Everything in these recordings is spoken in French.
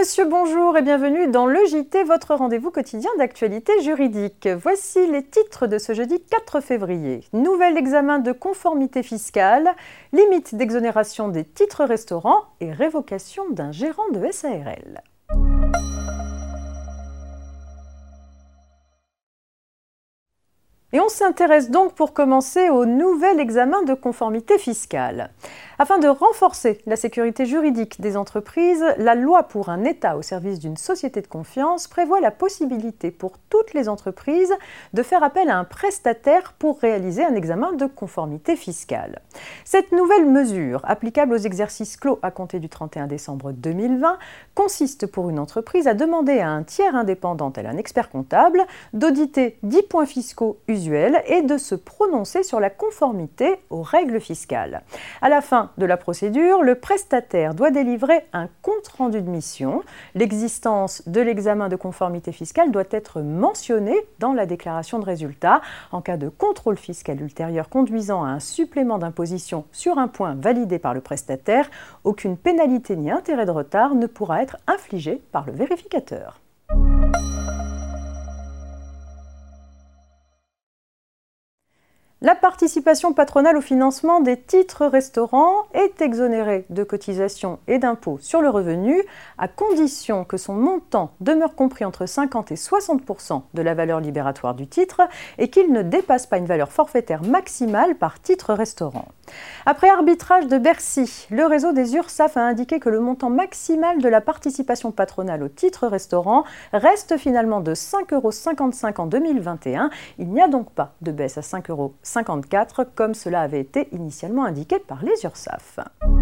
monsieur, bonjour et bienvenue dans le JT, votre rendez-vous quotidien d'actualité juridique. Voici les titres de ce jeudi 4 février. Nouvel examen de conformité fiscale, limite d'exonération des titres restaurants et révocation d'un gérant de SARL. Et on s'intéresse donc pour commencer au nouvel examen de conformité fiscale. Afin de renforcer la sécurité juridique des entreprises, la loi pour un État au service d'une société de confiance prévoit la possibilité pour toutes les entreprises de faire appel à un prestataire pour réaliser un examen de conformité fiscale. Cette nouvelle mesure, applicable aux exercices clos à compter du 31 décembre 2020, consiste pour une entreprise à demander à un tiers indépendant, tel un expert comptable, d'auditer 10 points fiscaux usuels et de se prononcer sur la conformité aux règles fiscales. À la fin de la procédure, le prestataire doit délivrer un compte-rendu de mission. L'existence de l'examen de conformité fiscale doit être mentionnée dans la déclaration de résultat. En cas de contrôle fiscal ultérieur conduisant à un supplément d'imposition sur un point validé par le prestataire, aucune pénalité ni intérêt de retard ne pourra être infligé par le vérificateur. La participation patronale au financement des titres restaurants est exonérée de cotisations et d'impôts sur le revenu, à condition que son montant demeure compris entre 50 et 60% de la valeur libératoire du titre et qu'il ne dépasse pas une valeur forfaitaire maximale par titre restaurant. Après arbitrage de Bercy, le réseau des URSSAF a indiqué que le montant maximal de la participation patronale au titre restaurant reste finalement de 5,55 € en 2021. Il n'y a donc pas de baisse à 5,54 € comme cela avait été initialement indiqué par les URSSAF.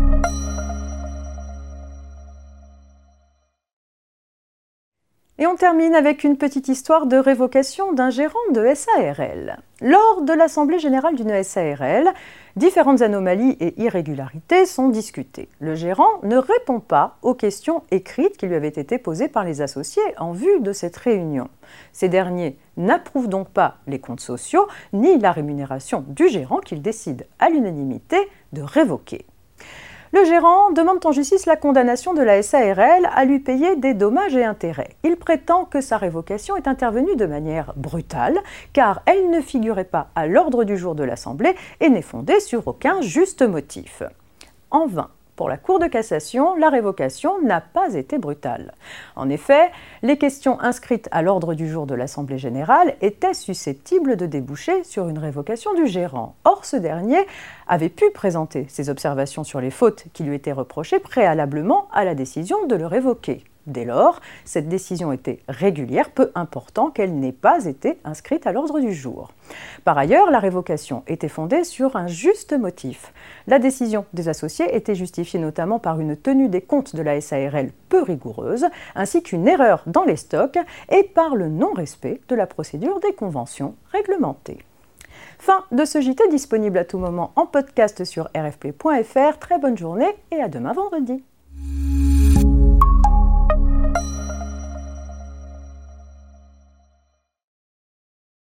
Et on termine avec une petite histoire de révocation d'un gérant de SARL. Lors de l'Assemblée générale d'une SARL, différentes anomalies et irrégularités sont discutées. Le gérant ne répond pas aux questions écrites qui lui avaient été posées par les associés en vue de cette réunion. Ces derniers n'approuvent donc pas les comptes sociaux ni la rémunération du gérant qu'il décide à l'unanimité de révoquer. Le gérant demande en justice la condamnation de la SARL à lui payer des dommages et intérêts. Il prétend que sa révocation est intervenue de manière brutale, car elle ne figurait pas à l'ordre du jour de l'Assemblée et n'est fondée sur aucun juste motif. En vain. Pour la Cour de cassation, la révocation n'a pas été brutale. En effet, les questions inscrites à l'ordre du jour de l'Assemblée générale étaient susceptibles de déboucher sur une révocation du gérant. Or, ce dernier avait pu présenter ses observations sur les fautes qui lui étaient reprochées préalablement à la décision de le révoquer. Dès lors, cette décision était régulière, peu important qu'elle n'ait pas été inscrite à l'ordre du jour. Par ailleurs, la révocation était fondée sur un juste motif. La décision des associés était justifiée notamment par une tenue des comptes de la SARL peu rigoureuse, ainsi qu'une erreur dans les stocks et par le non-respect de la procédure des conventions réglementées. Fin de ce JT disponible à tout moment en podcast sur rfp.fr. Très bonne journée et à demain vendredi.